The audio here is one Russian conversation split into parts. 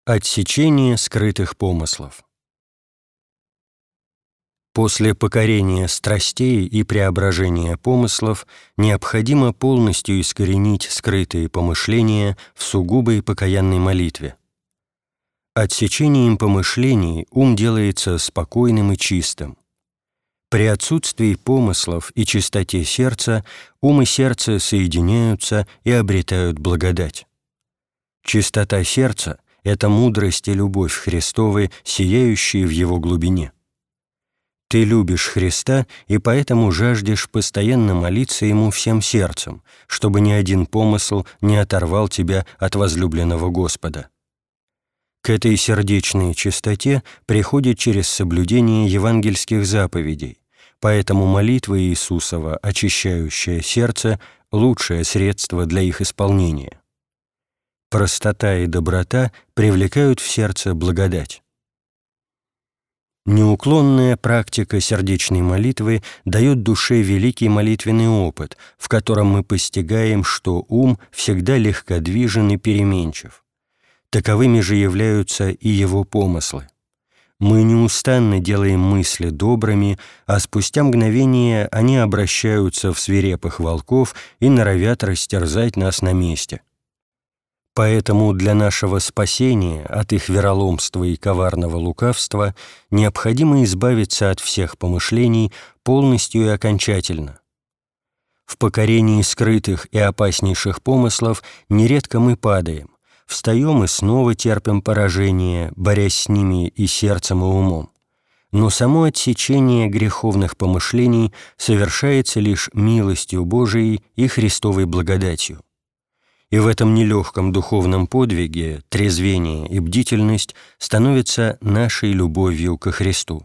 Отсечение скрытых помыслов. После покорения страстей и преображения помыслов необходимо полностью искоренить скрытые помышления в сугубой покаянной молитве. Отсечением помышлений ум делается спокойным и чистым. При отсутствии помыслов и чистоте сердца ум и сердце соединяются и обретают благодать. Чистота сердца — это мудрость и любовь Христовы, сияющие в Его глубине. Ты любишь Христа и поэтому жаждешь постоянно молиться Ему всем сердцем, чтобы ни один помысл не оторвал тебя от возлюбленного Господа. К этой сердечной чистоте приходит через соблюдение евангельских заповедей, поэтому молитва Иисусова, очищающая сердце, — лучшее средство для их исполнения. Простота и доброта привлекают в сердце благодать. Неуклонная практика сердечной молитвы дает душе великий молитвенный опыт, в котором мы постигаем, что ум всегда легкодвижен и переменчив. Таковыми же являются и его помыслы. Мы неустанно делаем мысли добрыми, а спустя мгновение они обращаются в свирепых волков и норовят растерзать нас на месте. Поэтому для нашего спасения от их вероломства и коварного лукавства необходимо избавиться от всех помышлений полностью и окончательно. В покорении скрытых и опаснейших помыслов нередко мы падаем, встаем и снова терпим поражение, борясь с ними и сердцем, и умом. Но само отсечение греховных помышлений совершается лишь милостью Божией и Христовой благодатью. И в этом нелегком духовном подвиге трезвение и бдительность становятся нашей любовью ко Христу.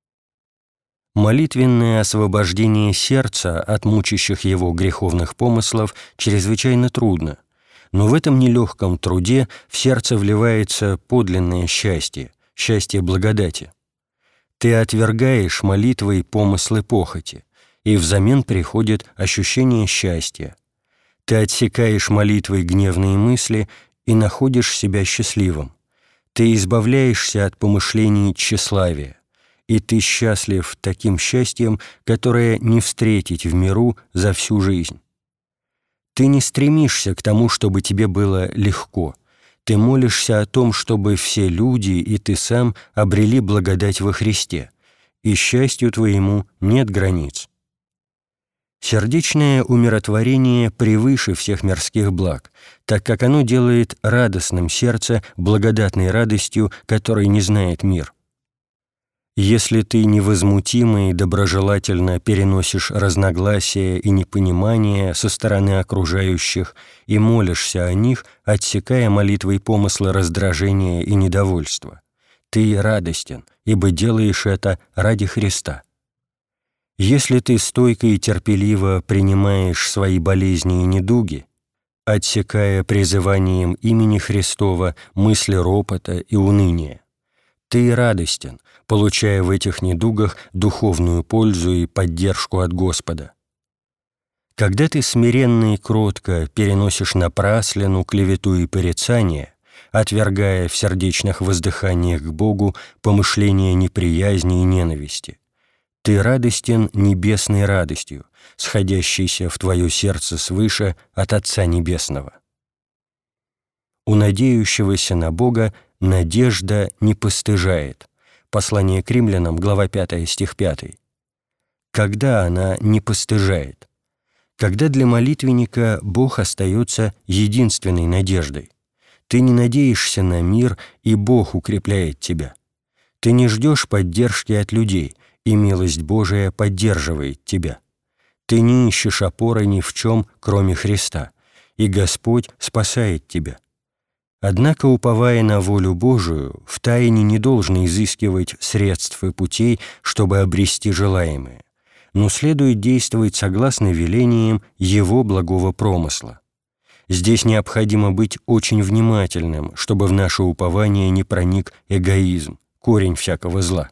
Молитвенное освобождение сердца от мучащих его греховных помыслов чрезвычайно трудно, но в этом нелегком труде в сердце вливается подлинное счастье, счастье благодати. Ты отвергаешь молитвой помыслы похоти, и взамен приходит ощущение счастья. Ты отсекаешь молитвой гневные мысли и находишь себя счастливым. Ты избавляешься от помышлений тщеславия, и ты счастлив таким счастьем, которое не встретить в миру за всю жизнь. Ты не стремишься к тому, чтобы тебе было легко. Ты молишься о том, чтобы все люди и ты сам обрели благодать во Христе, и счастью твоему нет границ. Сердечное умиротворение превыше всех мирских благ, так как оно делает радостным сердце благодатной радостью, которой не знает мир. Если ты невозмутимо и доброжелательно переносишь разногласия и непонимание со стороны окружающих и молишься о них, отсекая молитвой помыслы раздражения и недовольства, ты радостен, ибо делаешь это ради Христа. Если ты стойко и терпеливо принимаешь свои болезни и недуги, отсекая призыванием имени Христова мысли ропота и уныния, ты радостен, получая в этих недугах духовную пользу и поддержку от Господа. Когда ты смиренно и кротко переносишь напраслину, клевету и порицание, отвергая в сердечных воздыханиях к Богу помышления неприязни и ненависти, ты радостен небесной радостью, сходящейся в твое сердце свыше от Отца Небесного. У надеющегося на Бога надежда не постыжает. Послание к Римлянам, глава 5, стих 5. Когда она не постыжает? Когда для молитвенника Бог остается единственной надеждой. Ты не надеешься на мир, и Бог укрепляет тебя. Ты не ждешь поддержки от людей, и милость Божия поддерживает тебя. Ты не ищешь опоры ни в чем, кроме Христа, и Господь спасает тебя. Однако, уповая на волю Божию, втайне не должен изыскивать средств и путей, чтобы обрести желаемое, но следует действовать согласно велениям Его благого промысла. Здесь необходимо быть очень внимательным, чтобы в наше упование не проник эгоизм, корень всякого зла.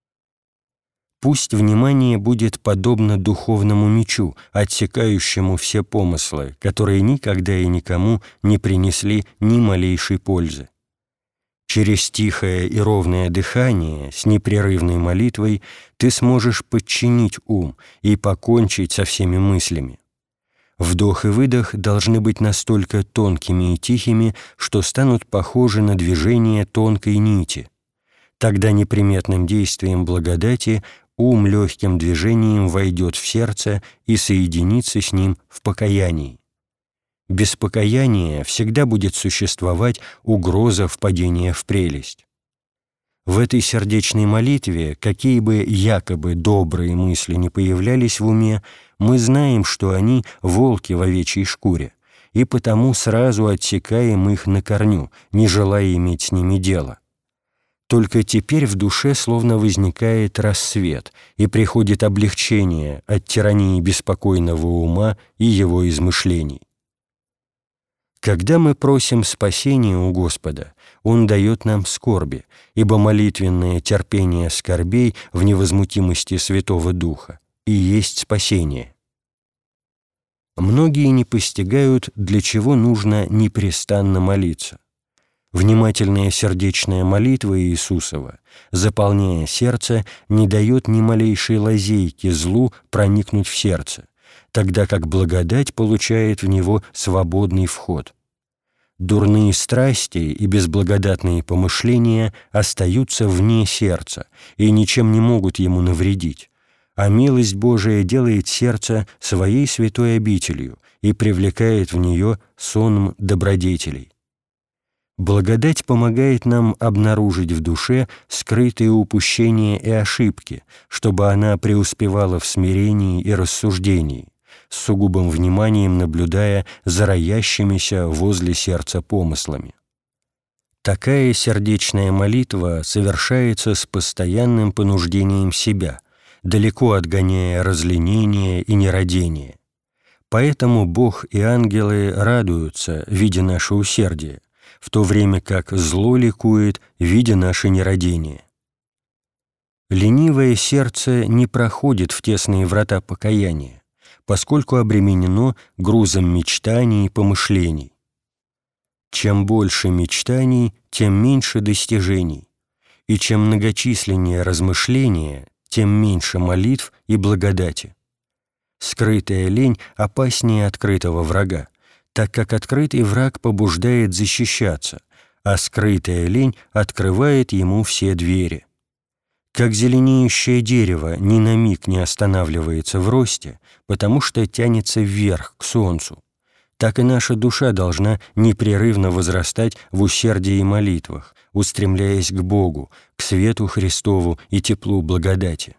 Пусть внимание будет подобно духовному мечу, отсекающему все помыслы, которые никогда и никому не принесли ни малейшей пользы. Через тихое и ровное дыхание с непрерывной молитвой ты сможешь подчинить ум и покончить со всеми мыслями. Вдох и выдох должны быть настолько тонкими и тихими, что станут похожи на движение тонкой нити. Тогда неприметным действием благодати ум легким движением войдет в сердце и соединится с ним в покаянии. Без покаяния всегда будет существовать угроза впадения в прелесть. В этой сердечной молитве, какие бы якобы добрые мысли не появлялись в уме, мы знаем, что они волки в овечьей шкуре, и потому сразу отсекаем их на корню, не желая иметь с ними дела. Только теперь в душе словно возникает рассвет, и приходит облегчение от тирании беспокойного ума и его измышлений. Когда мы просим спасения у Господа, Он дает нам скорби, ибо молитвенное терпение скорбей в невозмутимости Святого Духа и есть спасение. Многие не постигают, для чего нужно непрестанно молиться. Внимательная сердечная молитва Иисусова, заполняя сердце, не дает ни малейшей лазейки злу проникнуть в сердце, тогда как благодать получает в него свободный вход. Дурные страсти и безблагодатные помышления остаются вне сердца и ничем не могут ему навредить, а милость Божия делает сердце своей святой обителью и привлекает в нее сонм добродетелей. Благодать помогает нам обнаружить в душе скрытые упущения и ошибки, чтобы она преуспевала в смирении и рассуждении, с сугубым вниманием наблюдая за роящимися возле сердца помыслами. Такая сердечная молитва совершается с постоянным понуждением себя, далеко отгоняя разленение и нерадение. Поэтому Бог и ангелы радуются, видя наше усердие, в то время как зло ликует, видя наше нерадение. Ленивое сердце не проходит в тесные врата покаяния, поскольку обременено грузом мечтаний и помышлений. Чем больше мечтаний, тем меньше достижений, и чем многочисленнее размышления, тем меньше молитв и благодати. Скрытая лень опаснее открытого врага, так как открытый враг побуждает защищаться, а скрытая лень открывает ему все двери. Как зеленеющее дерево ни на миг не останавливается в росте, потому что тянется вверх, к солнцу, так и наша душа должна непрерывно возрастать в усердии и молитвах, устремляясь к Богу, к свету Христову и теплу благодати.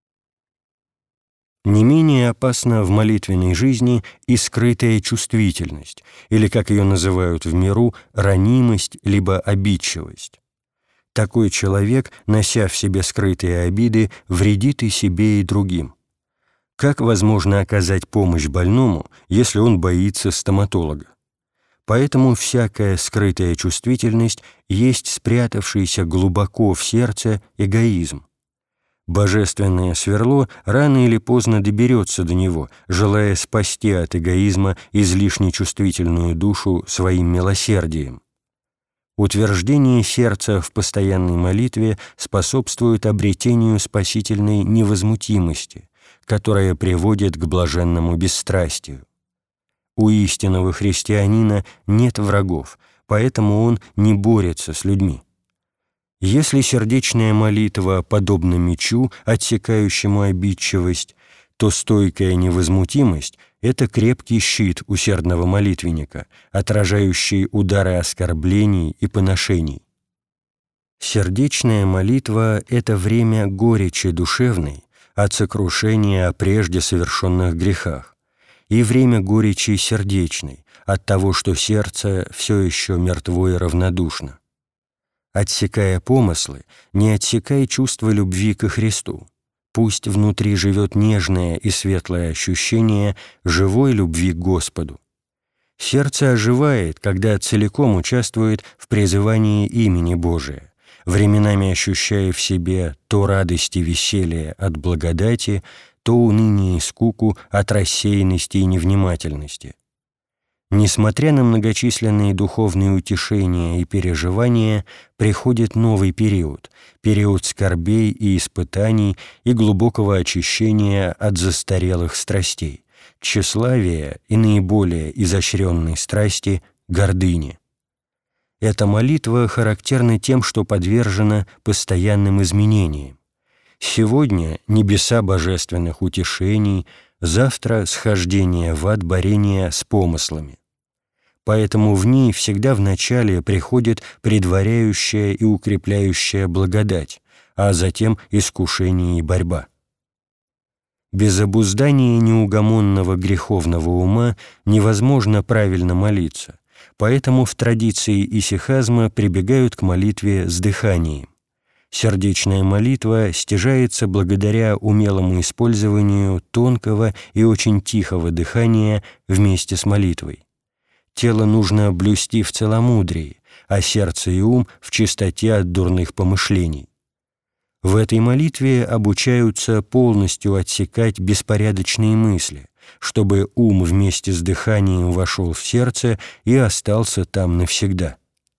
Не менее опасна в молитвенной жизни и скрытая чувствительность, или, как ее называют в миру, ранимость либо обидчивость. Такой человек, нося в себе скрытые обиды, вредит и себе, и другим. Как возможно оказать помощь больному, если он боится стоматолога? Поэтому всякая скрытая чувствительность есть спрятавшийся глубоко в сердце эгоизм. Божественное сверло рано или поздно доберется до него, желая спасти от эгоизма излишне чувствительную душу своим милосердием. Утверждение сердца в постоянной молитве способствует обретению спасительной невозмутимости, которая приводит к блаженному бесстрастию. У истинного христианина нет врагов, поэтому он не борется с людьми. Если сердечная молитва подобна мечу, отсекающему обидчивость, то стойкая невозмутимость — это крепкий щит усердного молитвенника, отражающий удары оскорблений и поношений. Сердечная молитва — это время горечи душевной от сокрушения о прежде совершенных грехах, и время горечи сердечной от того, что сердце все еще мертво и равнодушно. Отсекая помыслы, не отсекай чувство любви ко Христу. Пусть внутри живет нежное и светлое ощущение живой любви к Господу. Сердце оживает, когда целиком участвует в призывании имени Божия, временами ощущая в себе то радость и веселье от благодати, то уныние и скуку от рассеянности и невнимательности. Несмотря на многочисленные духовные утешения и переживания, приходит новый период – период скорбей и испытаний и глубокого очищения от застарелых страстей, тщеславия и наиболее изощренной страсти – гордыни. Эта молитва характерна тем, что подвержена постоянным изменениям. Сегодня небеса божественных утешений, завтра схождение в ад борения с помыслами. Поэтому в ней всегда вначале приходит предваряющая и укрепляющая благодать, а затем искушение и борьба. Без обуздания неугомонного греховного ума невозможно правильно молиться, поэтому в традиции исихазма прибегают к молитве с дыханием. Сердечная молитва стяжается благодаря умелому использованию тонкого и очень тихого дыхания вместе с молитвой. Тело нужно блюсти в целомудрии, а сердце и ум в чистоте от дурных помышлений. В этой молитве обучаются полностью отсекать беспорядочные мысли, чтобы ум вместе с дыханием вошел в сердце и остался там навсегда.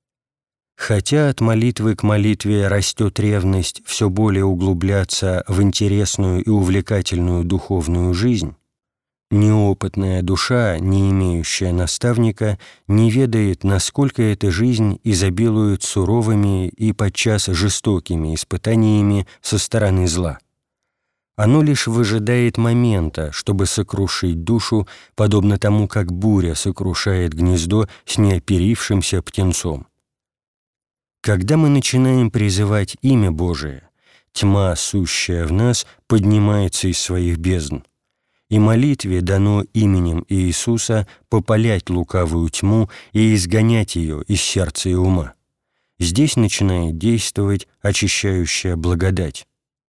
Хотя от молитвы к молитве растет ревность все более углубляться в интересную и увлекательную духовную жизнь, неопытная душа, не имеющая наставника, не ведает, насколько эта жизнь изобилует суровыми и подчас жестокими испытаниями со стороны зла. Оно лишь выжидает момента, чтобы сокрушить душу, подобно тому, как буря сокрушает гнездо с неоперившимся птенцом. Когда мы начинаем призывать имя Божие, тьма, сущая в нас, поднимается из своих бездн, и молитве дано именем Иисуса попалять лукавую тьму и изгонять ее из сердца и ума. Здесь начинает действовать очищающая благодать.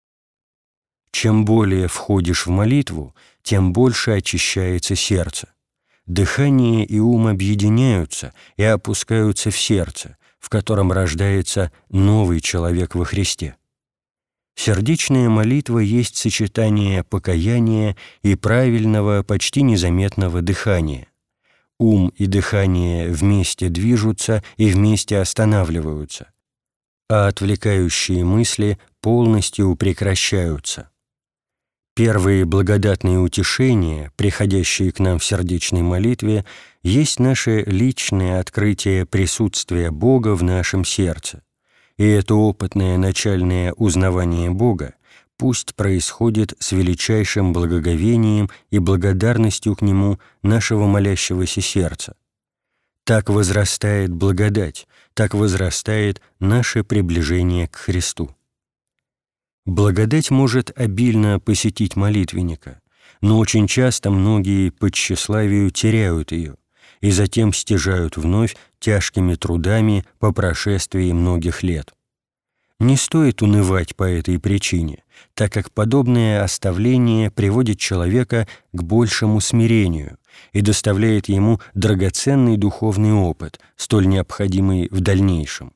Чем более входишь в молитву, тем больше очищается сердце. Дыхание и ум объединяются и опускаются в сердце, в котором рождается новый человек во Христе. Сердечная молитва есть сочетание покаяния и правильного, почти незаметного дыхания. Ум и дыхание вместе движутся и вместе останавливаются, а отвлекающие мысли полностью прекращаются. Первые благодатные утешения, приходящие к нам в сердечной молитве, есть наше личное открытие присутствия Бога в нашем сердце. И это опытное начальное узнавание Бога пусть происходит с величайшим благоговением и благодарностью к Нему нашего молящегося сердца. Так возрастает благодать, так возрастает наше приближение к Христу. Благодать может обильно посетить молитвенника, но очень часто многие по тщеславию теряют ее и затем стяжают вновь тяжкими трудами по прошествии многих лет. Не стоит унывать по этой причине, так как подобное оставление приводит человека к большему смирению и доставляет ему драгоценный духовный опыт, столь необходимый в дальнейшем.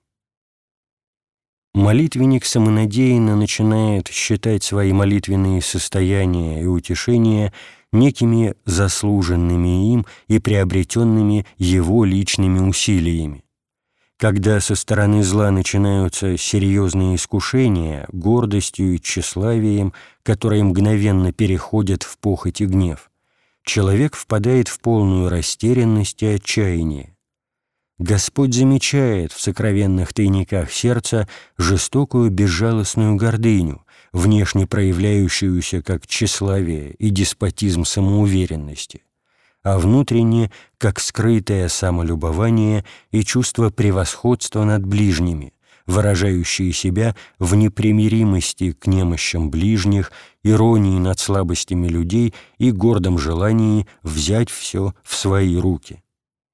Молитвенник самонадеянно начинает считать свои молитвенные состояния и утешения некими заслуженными им и приобретенными его личными усилиями. Когда со стороны зла начинаются серьезные искушения гордостью и тщеславием, которые мгновенно переходят в похоть и гнев, человек впадает в полную растерянность и отчаяние. Господь замечает в сокровенных тайниках сердца жестокую безжалостную гордыню, внешне проявляющуюся как тщеславие и деспотизм самоуверенности, а внутренне как скрытое самолюбование и чувство превосходства над ближними, выражающие себя в непримиримости к немощам ближних, иронии над слабостями людей и гордом желании взять все в свои руки.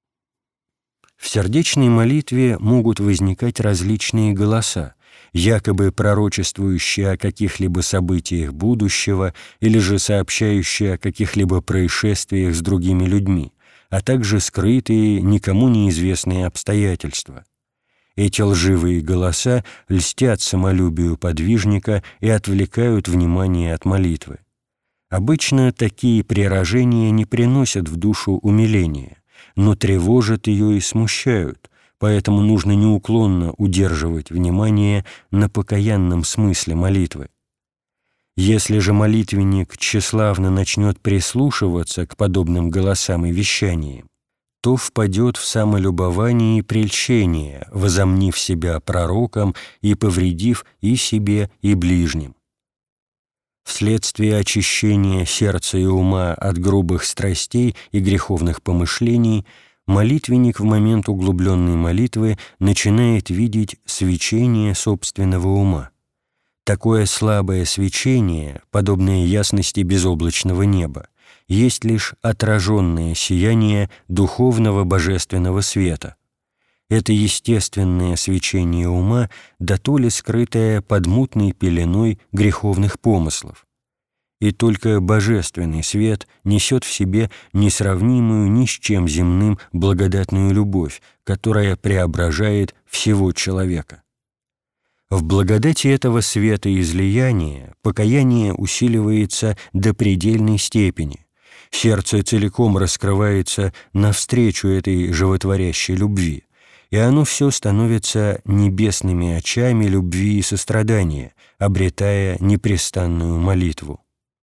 В сердечной молитве могут возникать различные голоса, якобы пророчествующие о каких-либо событиях будущего или же сообщающие о каких-либо происшествиях с другими людьми, а также скрытые, никому неизвестные обстоятельства. Эти лживые голоса льстят самолюбию подвижника и отвлекают внимание от молитвы. Обычно такие прирожения не приносят в душу умиления, но тревожат ее и смущают, поэтому нужно неуклонно удерживать внимание на покаянном смысле молитвы. Если же молитвенник тщеславно начнет прислушиваться к подобным голосам и вещаниям, то впадет в самолюбование и прельщение, возомнив себя пророком и повредив и себе, и ближним. Вследствие очищения сердца и ума от грубых страстей и греховных помышлений молитвенник в момент углубленной молитвы начинает видеть свечение собственного ума. Такое слабое свечение, подобное ясности безоблачного неба, есть лишь отраженное сияние духовного божественного света. Это естественное свечение ума, дотоле скрытое под мутной пеленой греховных помыслов. И только божественный свет несет в себе несравнимую ни с чем земным благодатную любовь, которая преображает всего человека. В благодати этого света и излияния покаяние усиливается до предельной степени. Сердце целиком раскрывается навстречу этой животворящей любви, и оно все становится небесными очами любви и сострадания, обретая непрестанную молитву.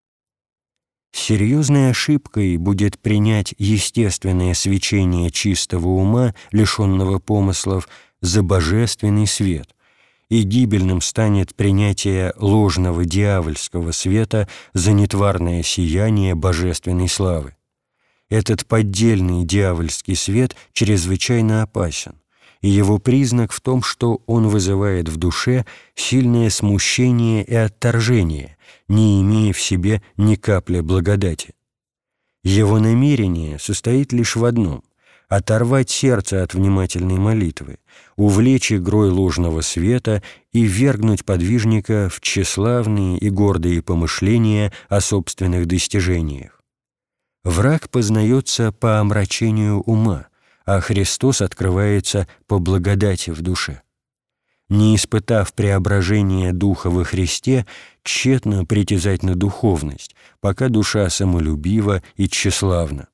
Серьезной ошибкой будет принять естественное свечение чистого ума, лишенного помыслов, за божественный свет, и гибельным станет принятие ложного дьявольского света за нетварное сияние божественной славы. Этот поддельный дьявольский свет чрезвычайно опасен, и его признак в том, что он вызывает в душе сильное смущение и отторжение, не имея в себе ни капли благодати. Его намерение состоит лишь в одном — оторвать сердце от внимательной молитвы, увлечь игрой ложного света и ввергнуть подвижника в тщеславные и гордые помышления о собственных достижениях. Враг познается по омрачению ума, а Христос открывается по благодати в душе. Не испытав преображения Духа во Христе, тщетно притязать на духовность, пока душа самолюбива и тщеславна.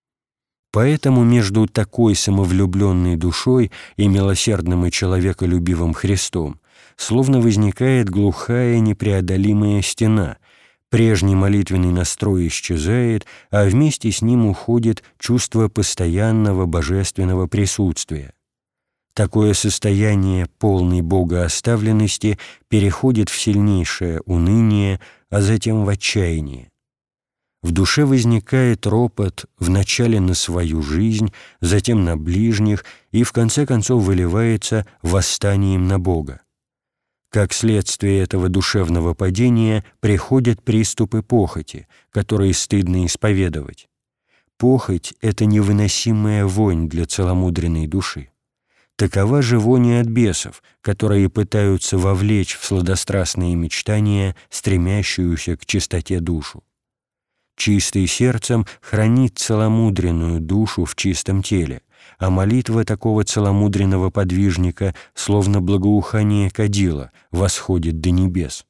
Поэтому между такой самовлюбленной душой и милосердным и человеколюбивым Христом словно возникает глухая непреодолимая стена, прежний молитвенный настрой исчезает, а вместе с ним уходит чувство постоянного божественного присутствия. Такое состояние полной богооставленности переходит в сильнейшее уныние, а затем в отчаяние. В душе возникает ропот вначале на свою жизнь, затем на ближних и в конце концов выливается восстанием на Бога. Как следствие этого душевного падения приходят приступы похоти, которые стыдно исповедовать. Похоть — это невыносимая вонь для целомудренной души. Такова же вонь от бесов, которые пытаются вовлечь в сладострастные мечтания стремящуюся к чистоте душу. Чистый сердцем хранит целомудренную душу в чистом теле, а молитва такого целомудренного подвижника, словно благоухание кадила, восходит до небес.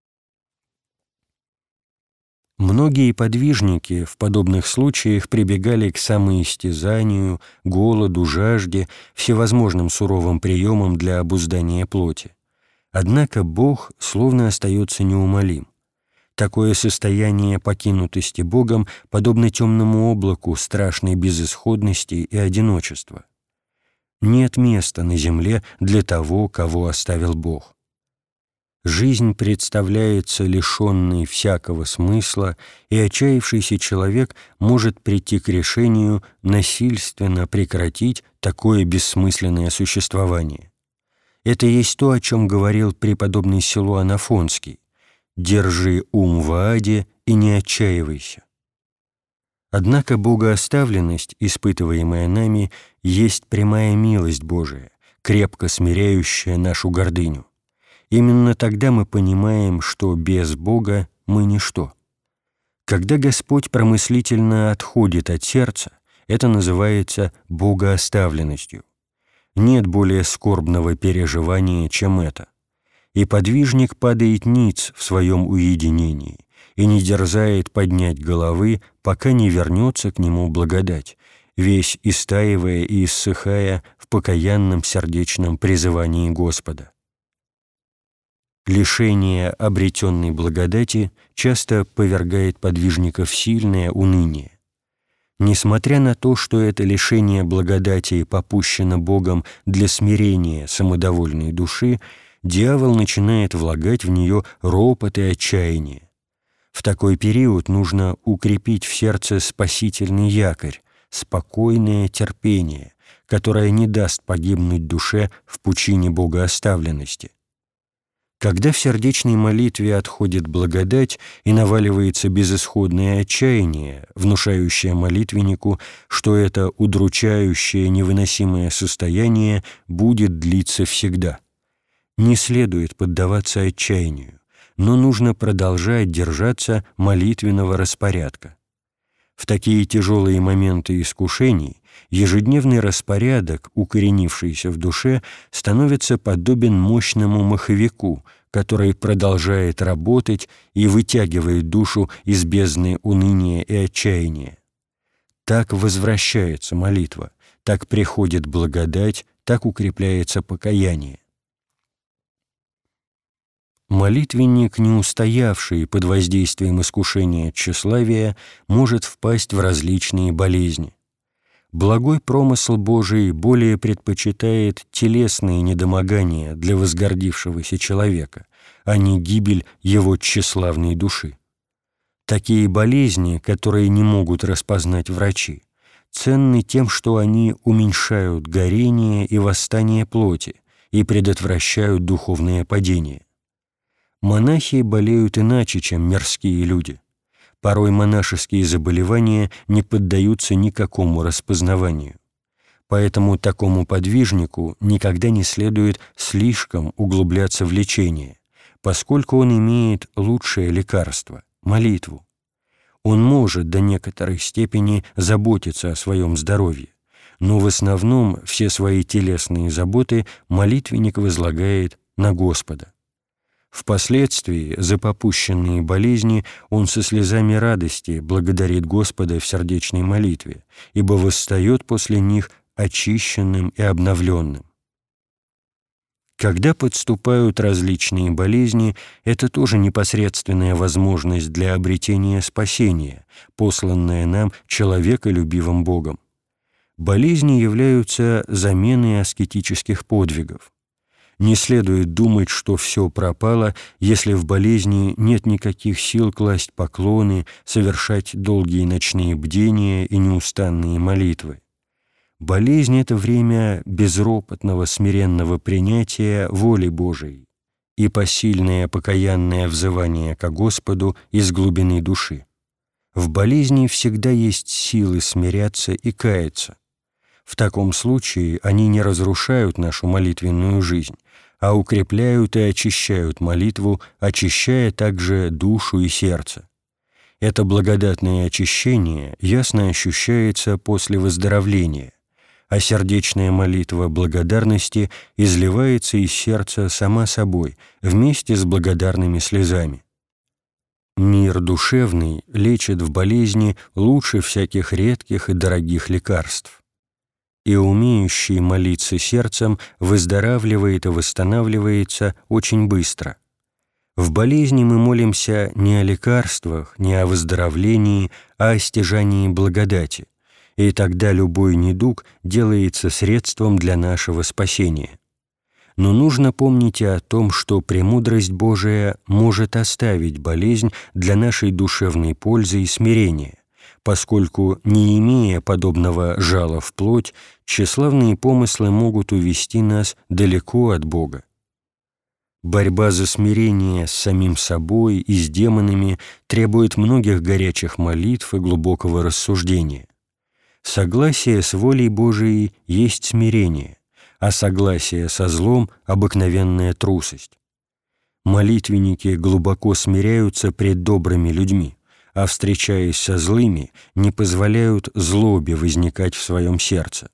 Многие подвижники в подобных случаях прибегали к самоистязанию, голоду, жажде, всевозможным суровым приемам для обуздания плоти. Однако Бог словно остается неумолим. Такое состояние покинутости Богом подобно темному облаку страшной безысходности и одиночества. Нет места на земле для того, кого оставил Бог. Жизнь представляется лишенной всякого смысла, и отчаявшийся человек может прийти к решению насильственно прекратить такое бессмысленное существование. Это есть то, о чем говорил преподобный Силуан Афонский: «Держи ум в ааде и не отчаивайся». Однако богооставленность, испытываемая нами, есть прямая милость Божия, крепко смиряющая нашу гордыню. Именно тогда мы понимаем, что без Бога мы ничто. Когда Господь промыслительно отходит от сердца, это называется богооставленностью. Нет более скорбного переживания, чем это. И подвижник падает ниц в своем уединении и не дерзает поднять головы, пока не вернется к нему благодать, весь истаивая и иссыхая в покаянном сердечном призывании Господа. Лишение обретенной благодати часто повергает подвижника в сильное уныние. Несмотря на то, что это лишение благодати попущено Богом для смирения самодовольной души, дьявол начинает влагать в нее ропот и отчаяние. В такой период нужно укрепить в сердце спасительный якорь, спокойное терпение, которое не даст погибнуть душе в пучине богооставленности. Когда в сердечной молитве отходит благодать и наваливается безысходное отчаяние, внушающее молитвеннику, что это удручающее невыносимое состояние будет длиться всегда. Не следует поддаваться отчаянию, но нужно продолжать держаться молитвенного распорядка. В такие тяжелые моменты искушений ежедневный распорядок, укоренившийся в душе, становится подобен мощному маховику, который продолжает работать и вытягивает душу из бездны уныния и отчаяния. Так возвращается молитва, так приходит благодать, так укрепляется покаяние. Молитвенник, не устоявший под воздействием искушения тщеславия, может впасть в различные болезни. Благой промысл Божий более предпочитает телесные недомогания для возгордившегося человека, а не гибель его тщеславной души. Такие болезни, которые не могут распознать врачи, ценны тем, что они уменьшают горение и восстание плоти и предотвращают духовное падение. Монахи болеют иначе, чем мирские люди. Порой монашеские заболевания не поддаются никакому распознаванию. Поэтому такому подвижнику никогда не следует слишком углубляться в лечение, поскольку он имеет лучшее лекарство – молитву. Он может до некоторой степени заботиться о своем здоровье, но в основном все свои телесные заботы молитвенник возлагает на Господа. Впоследствии за попущенные болезни он со слезами радости благодарит Господа в сердечной молитве, ибо восстает после них очищенным и обновленным. Когда подступают различные болезни, это тоже непосредственная возможность для обретения спасения, посланная нам человеколюбивым Богом. Болезни являются заменой аскетических подвигов. Не следует думать, что все пропало, если в болезни нет никаких сил класть поклоны, совершать долгие ночные бдения и неустанные молитвы. Болезнь — это время безропотного смиренного принятия воли Божией и посильное покаянное взывание ко Господу из глубины души. В болезни всегда есть силы смиряться и каяться. В таком случае они не разрушают нашу молитвенную жизнь, а укрепляют и очищают молитву, очищая также душу и сердце. Это благодатное очищение ясно ощущается после выздоровления, а сердечная молитва благодарности изливается из сердца сама собой, вместе с благодарными слезами. Мир душевный лечит в болезни лучше всяких редких и дорогих лекарств. И умеющий молиться сердцем выздоравливает и восстанавливается очень быстро. В болезни мы молимся не о лекарствах, не о выздоровлении, а о стяжании благодати, и тогда любой недуг делается средством для нашего спасения. Но нужно помнить и о том, что премудрость Божия может оставить болезнь для нашей душевной пользы и смирения, поскольку, не имея подобного жала в плоть, тщеславные помыслы могут увести нас далеко от Бога. Борьба за смирение с самим собой и с демонами требует многих горячих молитв и глубокого рассуждения. Согласие с волей Божией есть смирение, а согласие со злом — обыкновенная трусость. Молитвенники глубоко смиряются пред добрыми людьми, а, встречаясь со злыми, не позволяют злобе возникать в своем сердце.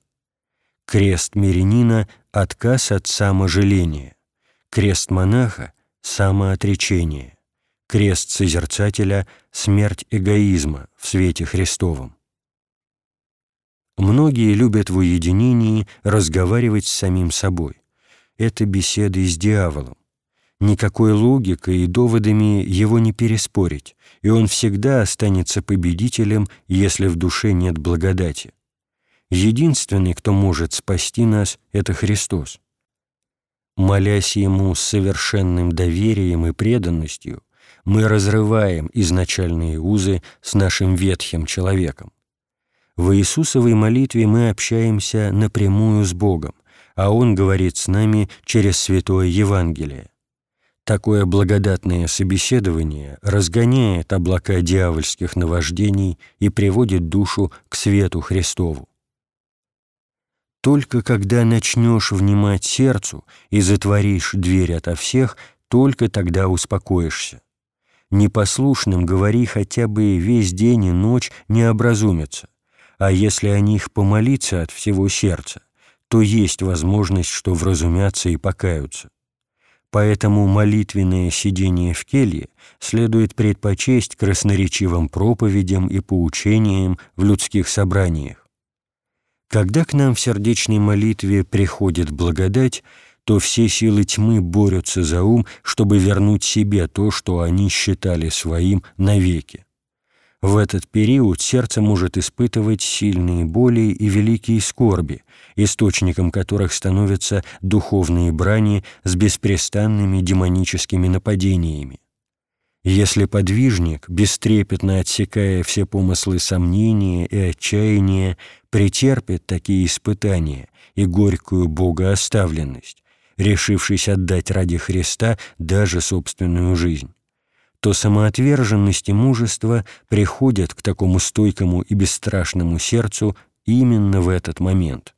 Крест мирянина — отказ от саможаления, крест монаха — самоотречение, крест созерцателя — смерть эгоизма в свете Христовом. Многие любят в уединении разговаривать с самим собой. Это беседы с дьяволом. Никакой логикой и доводами его не переспорить, и он всегда останется победителем, если в душе нет благодати. Единственный, кто может спасти нас, — это Христос. Молясь Ему с совершенным доверием и преданностью, мы разрываем изначальные узы с нашим ветхим человеком. В Иисусовой молитве мы общаемся напрямую с Богом, а Он говорит с нами через Святое Евангелие. Такое благодатное собеседование разгоняет облака дьявольских наваждений и приводит душу к свету Христову. Только когда начнешь внимать сердцу и затворишь дверь ото всех, только тогда успокоишься. Непослушным говори хотя бы весь день и ночь не образумятся, а если о них помолиться от всего сердца, то есть возможность, что вразумятся и покаются. Поэтому молитвенное сидение в келье следует предпочесть красноречивым проповедям и поучениям в людских собраниях. Когда к нам в сердечной молитве приходит благодать, то все силы тьмы борются за ум, чтобы вернуть себе то, что они считали своим навеки. В этот период сердце может испытывать сильные боли и великие скорби, источником которых становятся духовные брани с беспрестанными демоническими нападениями. Если подвижник, бестрепетно отсекая все помыслы сомнения и отчаяния, претерпит такие испытания и горькую богооставленность, решившись отдать ради Христа даже собственную жизнь, то самоотверженность и мужество приходят к такому стойкому и бесстрашному сердцу именно в этот момент.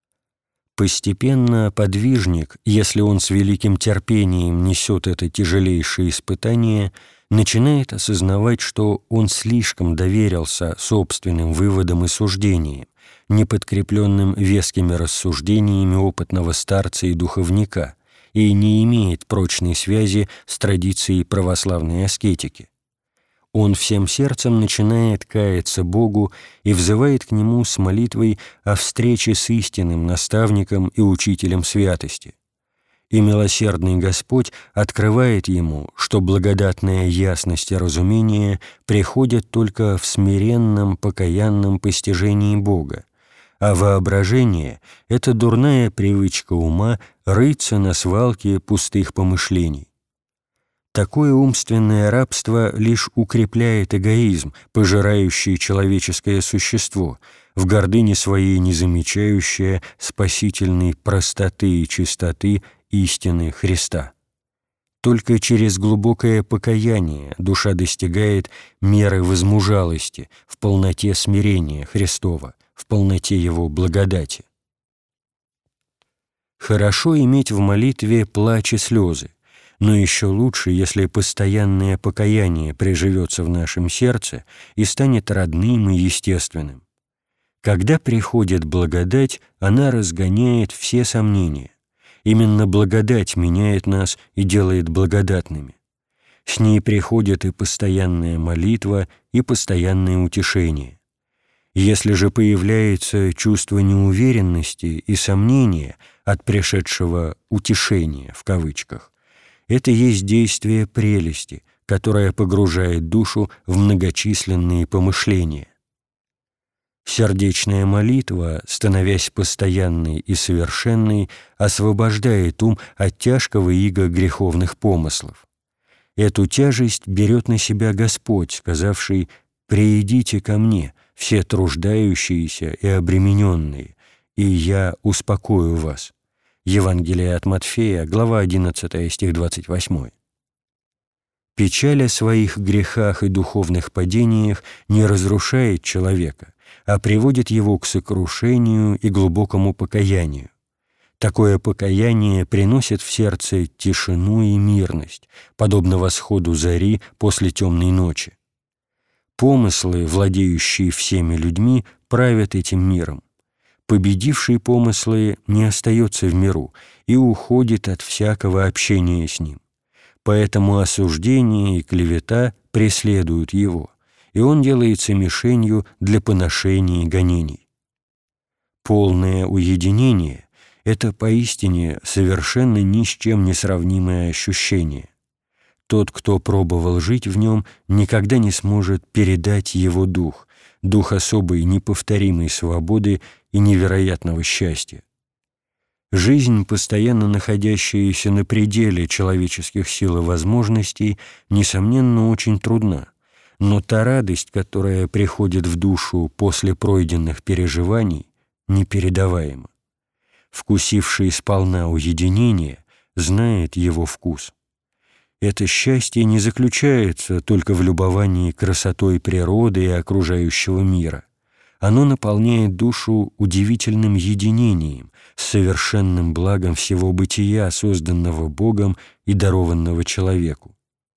Постепенно подвижник, если он с великим терпением несет это тяжелейшее испытание, начинает осознавать, что он слишком доверился собственным выводам и суждениям, не подкрепленным вескими рассуждениями опытного старца и духовника, и не имеет прочной связи с традицией православной аскетики. Он всем сердцем начинает каяться Богу и взывает к Нему с молитвой о встрече с истинным наставником и учителем святости. И милосердный Господь открывает ему, что благодатная ясность и разумение приходят только в смиренном, покаянном постижении Бога, а воображение — это дурная привычка ума рыться на свалке пустых помышлений. Такое умственное рабство лишь укрепляет эгоизм, пожирающий человеческое существо, в гордыне своей не замечающее спасительной простоты и чистоты истины Христа. Только через глубокое покаяние душа достигает меры возмужалости в полноте смирения Христова, в полноте Его благодати. Хорошо иметь в молитве плач и слезы, но еще лучше, если постоянное покаяние приживется в нашем сердце и станет родным и естественным. Когда приходит благодать, она разгоняет все сомнения. Именно благодать меняет нас и делает благодатными. С ней приходит и постоянная молитва, и постоянное утешение. Если же появляется чувство неуверенности и сомнения от пришедшего «утешения» в кавычках, это есть действие прелести, которое погружает душу в многочисленные помышления. Сердечная молитва, становясь постоянной и совершенной, освобождает ум от тяжкого ига греховных помыслов. Эту тяжесть берет на себя Господь, сказавший: «Приидите ко мне, все труждающиеся и обремененные, и я успокою вас». Евангелие от Матфея, глава 11, стих 28. Печаль о своих грехах и духовных падениях не разрушает человека, а приводит его к сокрушению и глубокому покаянию. Такое покаяние приносит в сердце тишину и мирность, подобно восходу зари после темной ночи. Помыслы, владеющие всеми людьми, правят этим миром. Победивший помыслы не остается в миру и уходит от всякого общения с ним. Поэтому осуждение и клевета преследуют его, и он делается мишенью для поношения и гонений. Полное уединение — это поистине совершенно ни с чем не сравнимое ощущение. Тот, кто пробовал жить в нем, никогда не сможет передать его дух особой неповторимой свободы и невероятного счастья. Жизнь, постоянно находящаяся на пределе человеческих сил и возможностей, несомненно, очень трудна, но та радость, которая приходит в душу после пройденных переживаний, непередаваема. Вкусивший сполна уединение знает его вкус. Это счастье не заключается только в любовании красотой природы и окружающего мира. Оно наполняет душу удивительным единением с совершенным благом всего бытия, созданного Богом и дарованного человеку.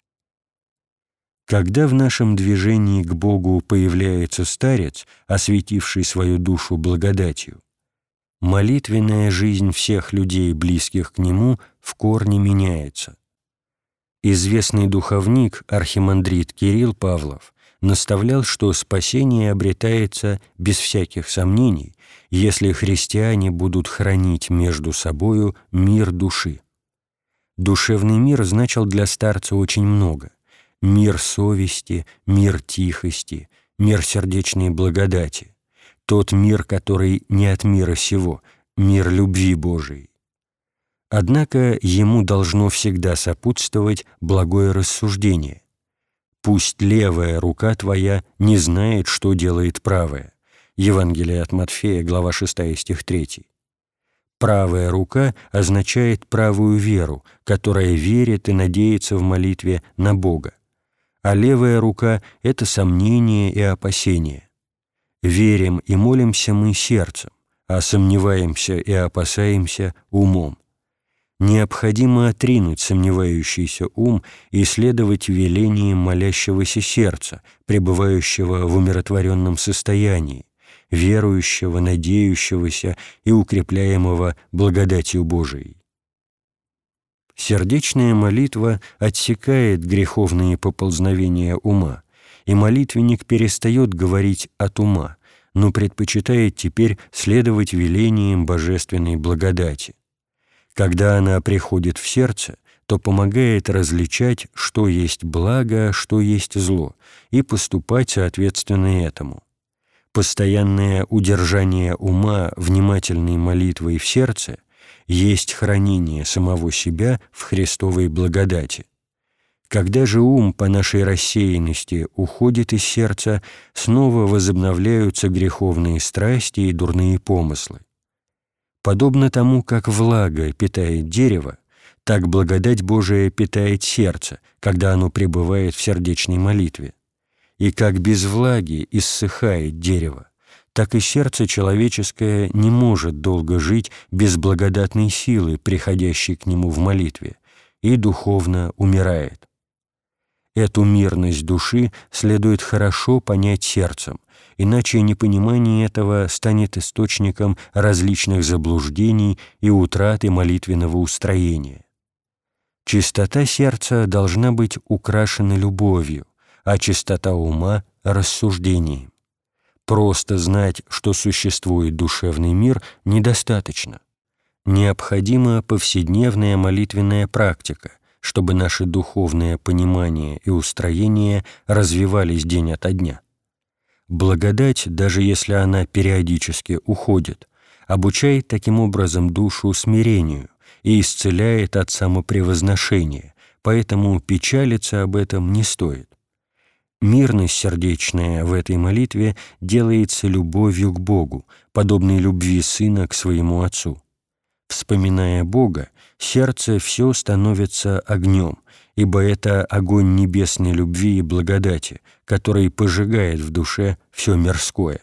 Когда в нашем движении к Богу появляется старец, осветивший свою душу благодатью, молитвенная жизнь всех людей, близких к нему, в корне меняется. Известный духовник, архимандрит Кирилл Павлов, наставлял, что спасение обретается без всяких сомнений, если христиане будут хранить между собою мир души. Душевный мир значил для старца очень много: мир совести, мир тихости, мир сердечной благодати, тот мир, который не от мира сего, мир любви Божией. Однако ему должно всегда сопутствовать благое рассуждение. «Пусть левая рука твоя не знает, что делает правая». Евангелие от Матфея, глава 6, стих 3. Правая рука означает правую веру, которая верит и надеется в молитве на Бога, а левая рука — это сомнение и опасение. Верим и молимся мы сердцем, а сомневаемся и опасаемся умом. Необходимо отринуть сомневающийся ум и следовать велениям молящегося сердца, пребывающего в умиротворенном состоянии, верующего, надеющегося и укрепляемого благодатью Божией. Сердечная молитва отсекает греховные поползновения ума, и молитвенник перестает говорить от ума, но предпочитает теперь следовать велениям божественной благодати. Когда она приходит в сердце, то помогает различать, что есть благо, а что есть зло, и поступать соответственно этому. Постоянное удержание ума внимательной молитвой в сердце есть хранение самого себя в Христовой благодати. Когда же ум по нашей рассеянности уходит из сердца, снова возобновляются греховные страсти и дурные помыслы. Подобно тому, как влага питает дерево, так благодать Божия питает сердце, когда оно пребывает в сердечной молитве. И как без влаги иссыхает дерево, так и сердце человеческое не может долго жить без благодатной силы, приходящей к нему в молитве, и духовно умирает. Эту мирность души следует хорошо понять сердцем, иначе непонимание этого станет источником различных заблуждений и утраты молитвенного устроения. Чистота сердца должна быть украшена любовью, а чистота ума — рассуждением. Просто знать, что существует душевный мир, недостаточно. Необходима повседневная молитвенная практика, чтобы наше духовное понимание и устроение развивались день ото дня. Благодать, даже если она периодически уходит, обучает таким образом душу смирению и исцеляет от самопревозношения, поэтому печалиться об этом не стоит. Мирность сердечная в этой молитве делается любовью к Богу, подобной любви сына к своему Отцу. Вспоминая Бога, сердце все становится огнем, ибо это огонь небесной любви и благодати, который пожигает в душе все мирское.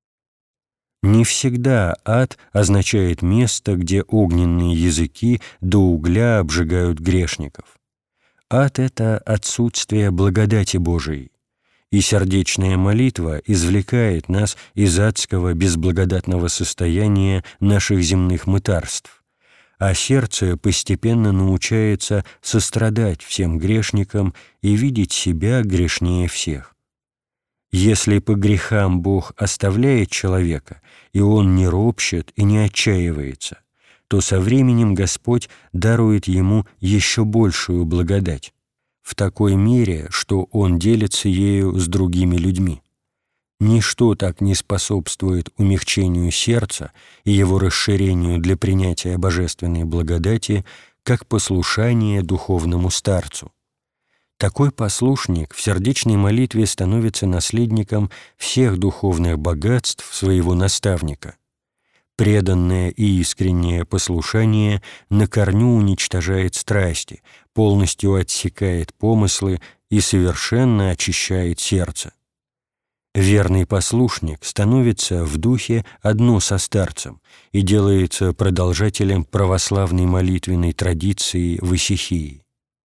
Не всегда ад означает место, где огненные языки до угля обжигают грешников. Ад — это отсутствие благодати Божией, и сердечная молитва извлекает нас из адского безблагодатного состояния наших земных мытарств, а сердце постепенно научается сострадать всем грешникам и видеть себя грешнее всех. Если по грехам Бог оставляет человека, и он не ропщет и не отчаивается, то со временем Господь дарует ему еще большую благодать, в такой мере, что он делится ею с другими людьми. Ничто так не способствует умягчению сердца и его расширению для принятия божественной благодати, как послушание духовному старцу. Такой послушник в сердечной молитве становится наследником всех духовных богатств своего наставника. Преданное и искреннее послушание на корню уничтожает страсти, полностью отсекает помыслы и совершенно очищает сердце. Верный послушник становится в духе одно со старцем и делается продолжателем православной молитвенной традиции в исихии.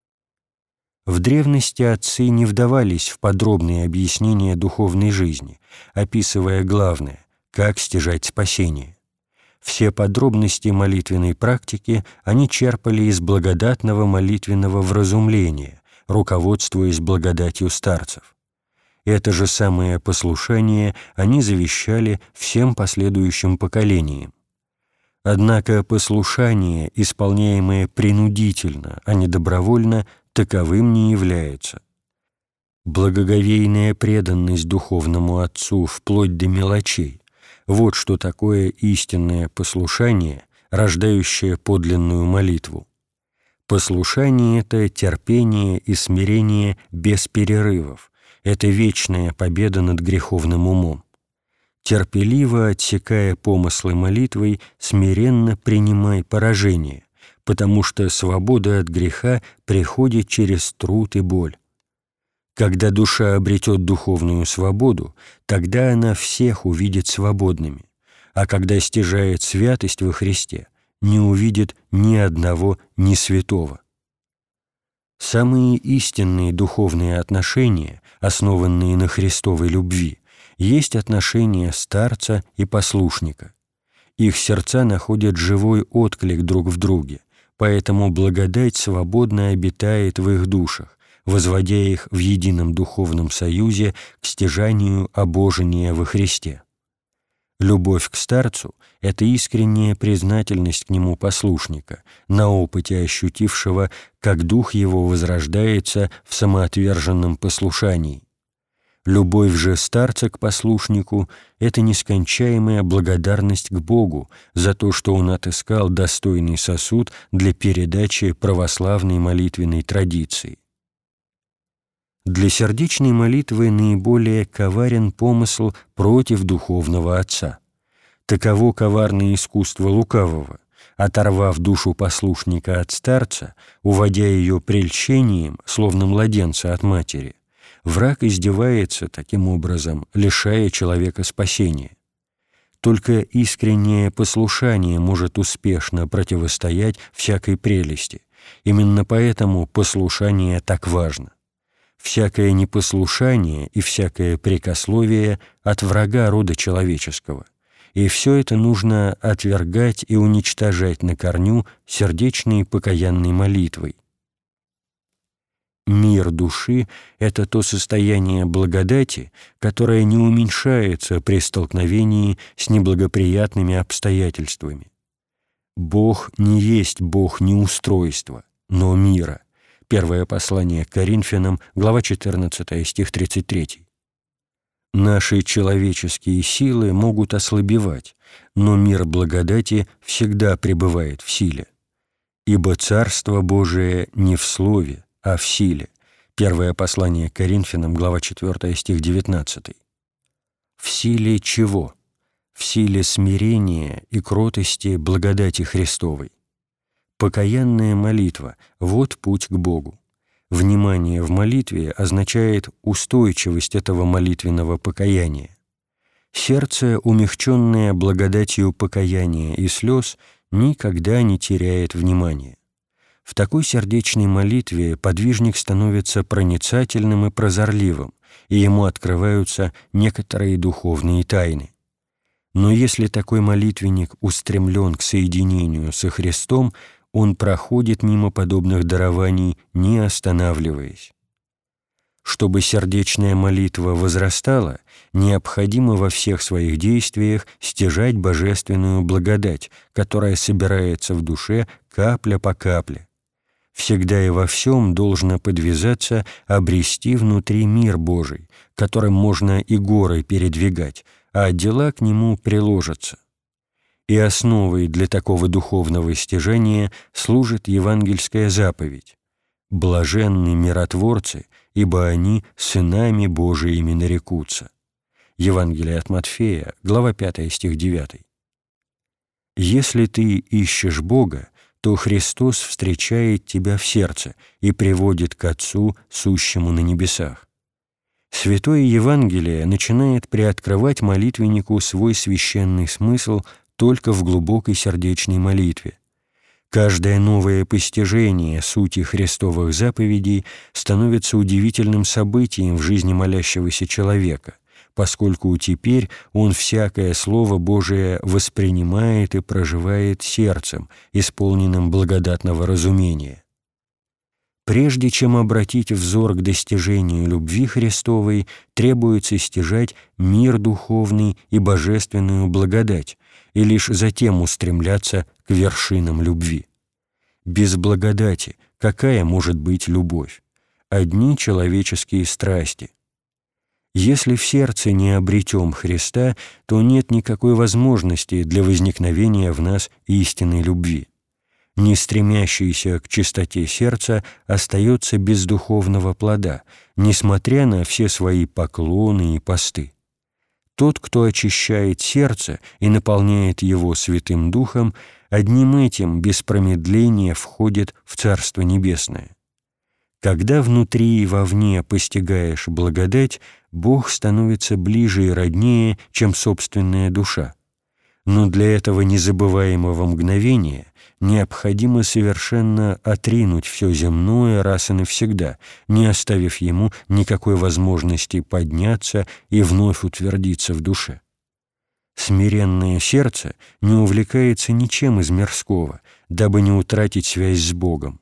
В древности отцы не вдавались в подробные объяснения духовной жизни, описывая главное – как стяжать спасение. Все подробности молитвенной практики они черпали из благодатного молитвенного вразумления, руководствуясь благодатью старцев. Это же самое послушание они завещали всем последующим поколениям. Однако послушание, исполняемое принудительно, а не добровольно, таковым не является. Благоговейная преданность духовному отцу вплоть до мелочей – вот что такое истинное послушание, рождающее подлинную молитву. Послушание – это терпение и смирение без перерывов, это вечная победа над греховным умом. Терпеливо отсекая помыслы молитвой, смиренно принимай поражение, потому что свобода от греха приходит через труд и боль. Когда душа обретет духовную свободу, тогда она всех увидит свободными, а когда стяжает святость во Христе, не увидит ни одного ни святого. Самые истинные духовные отношения, основанные на Христовой любви, есть отношения старца и послушника. Их сердца находят живой отклик друг в друге, поэтому благодать свободно обитает в их душах, возводя их в едином духовном союзе к стяжанию обожения во Христе. Любовь к старцу – это искренняя признательность к нему послушника, на опыте ощутившего, как дух его возрождается в самоотверженном послушании. Любовь же старца к послушнику – это нескончаемая благодарность к Богу за то, что он отыскал достойный сосуд для передачи православной молитвенной традиции. Для сердечной молитвы наиболее коварен помысл против духовного отца. Таково коварное искусство лукавого. Оторвав душу послушника от старца, уводя ее прельщением, словно младенца от матери, враг издевается таким образом, лишая человека спасения. Только искреннее послушание может успешно противостоять всякой прелести. Именно поэтому послушание так важно. Всякое непослушание и всякое прекословие от врага рода человеческого, и все это нужно отвергать и уничтожать на корню сердечной покаянной молитвой. Мир души – это то состояние благодати, которое не уменьшается при столкновении с неблагоприятными обстоятельствами. Бог не есть Бог неустройства, но мира. Первое послание к Коринфянам, глава 14, стих 33. Наши человеческие силы могут ослабевать, но мир благодати всегда пребывает в силе. Ибо Царство Божие не в слове, а в силе. Первое послание к Коринфянам, глава 4, стих 19. В силе чего? В силе смирения и кротости благодати Христовой. Покаянная молитва – вот путь к Богу. Внимание в молитве означает устойчивость этого молитвенного покаяния. Сердце, умягченное благодатью покаяния и слез, никогда не теряет внимания. В такой сердечной молитве подвижник становится проницательным и прозорливым, и ему открываются некоторые духовные тайны. Но если такой молитвенник устремлен к соединению со Христом, он проходит мимо подобных дарований, не останавливаясь. Чтобы сердечная молитва возрастала, необходимо во всех своих действиях стяжать божественную благодать, которая собирается в душе капля по капле. Всегда и во всем должно подвязаться обрести внутри мир Божий, которым можно и горы передвигать, а дела к нему приложатся. И основой для такого духовного стяжания служит евангельская заповедь: «Блаженны миротворцы, ибо они сынами Божиими нарекутся». Евангелие от Матфея, глава 5, стих 9. Если ты ищешь Бога, то Христос встречает тебя в сердце и приводит к Отцу, сущему на небесах. Святое Евангелие начинает приоткрывать молитвеннику свой священный смысл только в глубокой сердечной молитве. Каждое новое постижение сути Христовых заповедей становится удивительным событием в жизни молящегося человека, поскольку теперь он всякое Слово Божие воспринимает и проживает сердцем, исполненным благодатного разумения. Прежде чем обратить взор к достижению любви Христовой, требуется стяжать мир духовный и божественную благодать, и лишь затем устремляться к вершинам любви. Без благодати какая может быть любовь? Одни человеческие страсти. Если в сердце не обретем Христа, то нет никакой возможности для возникновения в нас истинной любви. Не стремящийся к чистоте сердца остается без духовного плода, несмотря на все свои поклоны и посты. Тот, кто очищает сердце и наполняет его Святым Духом, одним этим без промедления входит в Царство Небесное. Когда внутри и вовне постигаешь благодать, Бог становится ближе и роднее, чем собственная душа. Но для этого незабываемого мгновения необходимо совершенно отринуть все земное раз и навсегда, не оставив ему никакой возможности подняться и вновь утвердиться в душе. Смиренное сердце не увлекается ничем из мирского, дабы не утратить связь с Богом.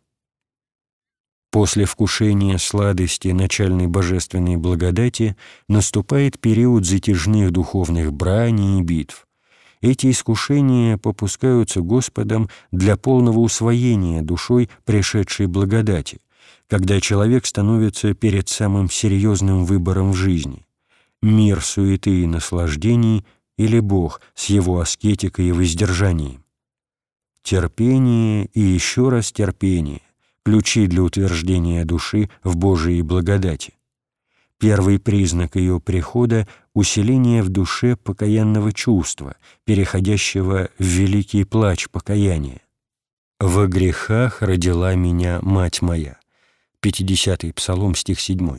После вкушения сладости начальной божественной благодати наступает период затяжных духовных брани и битв. Эти искушения попускаются Господом для полного усвоения душой пришедшей благодати, когда человек становится перед самым серьезным выбором в жизни: мир суеты и наслаждений или Бог с его аскетикой и воздержанием. Терпение и еще раз терпение – ключи для утверждения души в Божией благодати. Первый признак ее прихода – усиление в душе покаянного чувства, переходящего в великий плач покаяния. «Во грехах родила меня мать моя» 50-й Псалом, стих 7.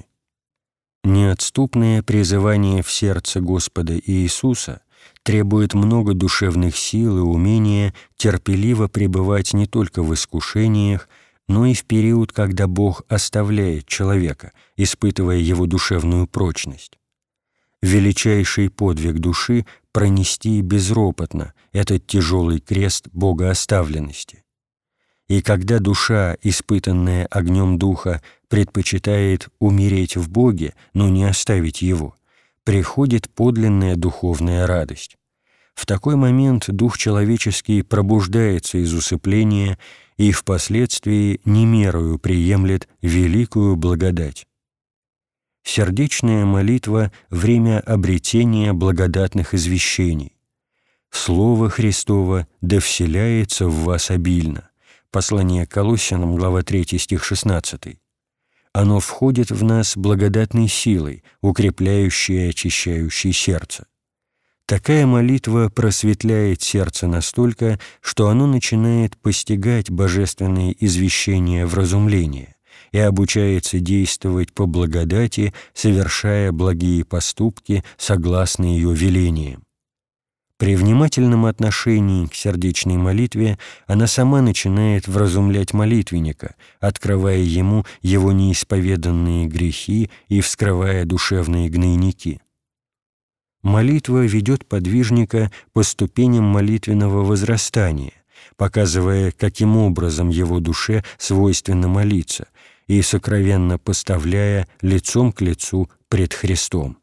Неотступное призывание в сердце Господа Иисуса требует много душевных сил и умения терпеливо пребывать не только в искушениях, но и в период, когда Бог оставляет человека, испытывая его душевную прочность. Величайший подвиг души — пронести безропотно этот тяжелый крест богооставленности. И когда душа, испытанная огнем Духа, предпочитает умереть в Боге, но не оставить Его, приходит подлинная духовная радость. В такой момент дух человеческий пробуждается из усыпления и впоследствии немерою приемлет великую благодать. Сердечная молитва — время обретения благодатных извещений. Слово Христово да вселяется в вас обильно. Послание к Колоссянам, глава 3, стих 16. Оно входит в нас благодатной силой, укрепляющей и очищающей сердце. Такая молитва просветляет сердце настолько, что оно начинает постигать божественные извещения вразумления и обучается действовать по благодати, совершая благие поступки согласно ее велениям. При внимательном отношении к сердечной молитве она сама начинает вразумлять молитвенника, открывая ему его неисповеданные грехи и вскрывая душевные гнойники. Молитва ведет подвижника по ступеням молитвенного возрастания, показывая, каким образом его душе свойственно молиться, и сокровенно поставляя лицом к лицу пред Христом.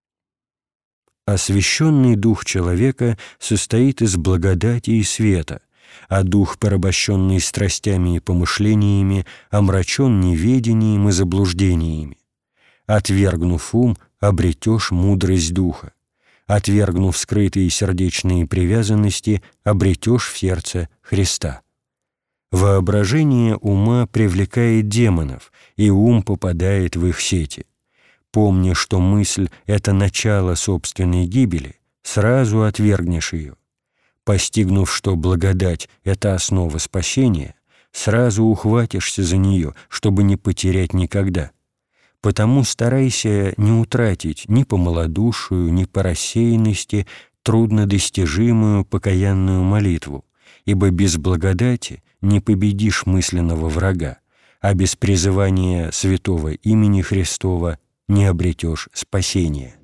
Освященный дух человека состоит из благодати и света, а дух, порабощенный страстями и помышлениями, омрачен неведением и заблуждениями. Отвергнув ум, обретешь мудрость духа. Отвергнув скрытые сердечные привязанности, обретешь в сердце Христа. Воображение ума привлекает демонов, и ум попадает в их сети. Помня, что мысль — это начало собственной гибели, сразу отвергнешь ее. Постигнув, что благодать — это основа спасения, сразу ухватишься за нее, чтобы не потерять никогда. Потому старайся не утратить ни по малодушию, ни по рассеянности труднодостижимую покаянную молитву, ибо без благодати не победишь мысленного врага, а без призывания святого имени Христова не обретешь спасения.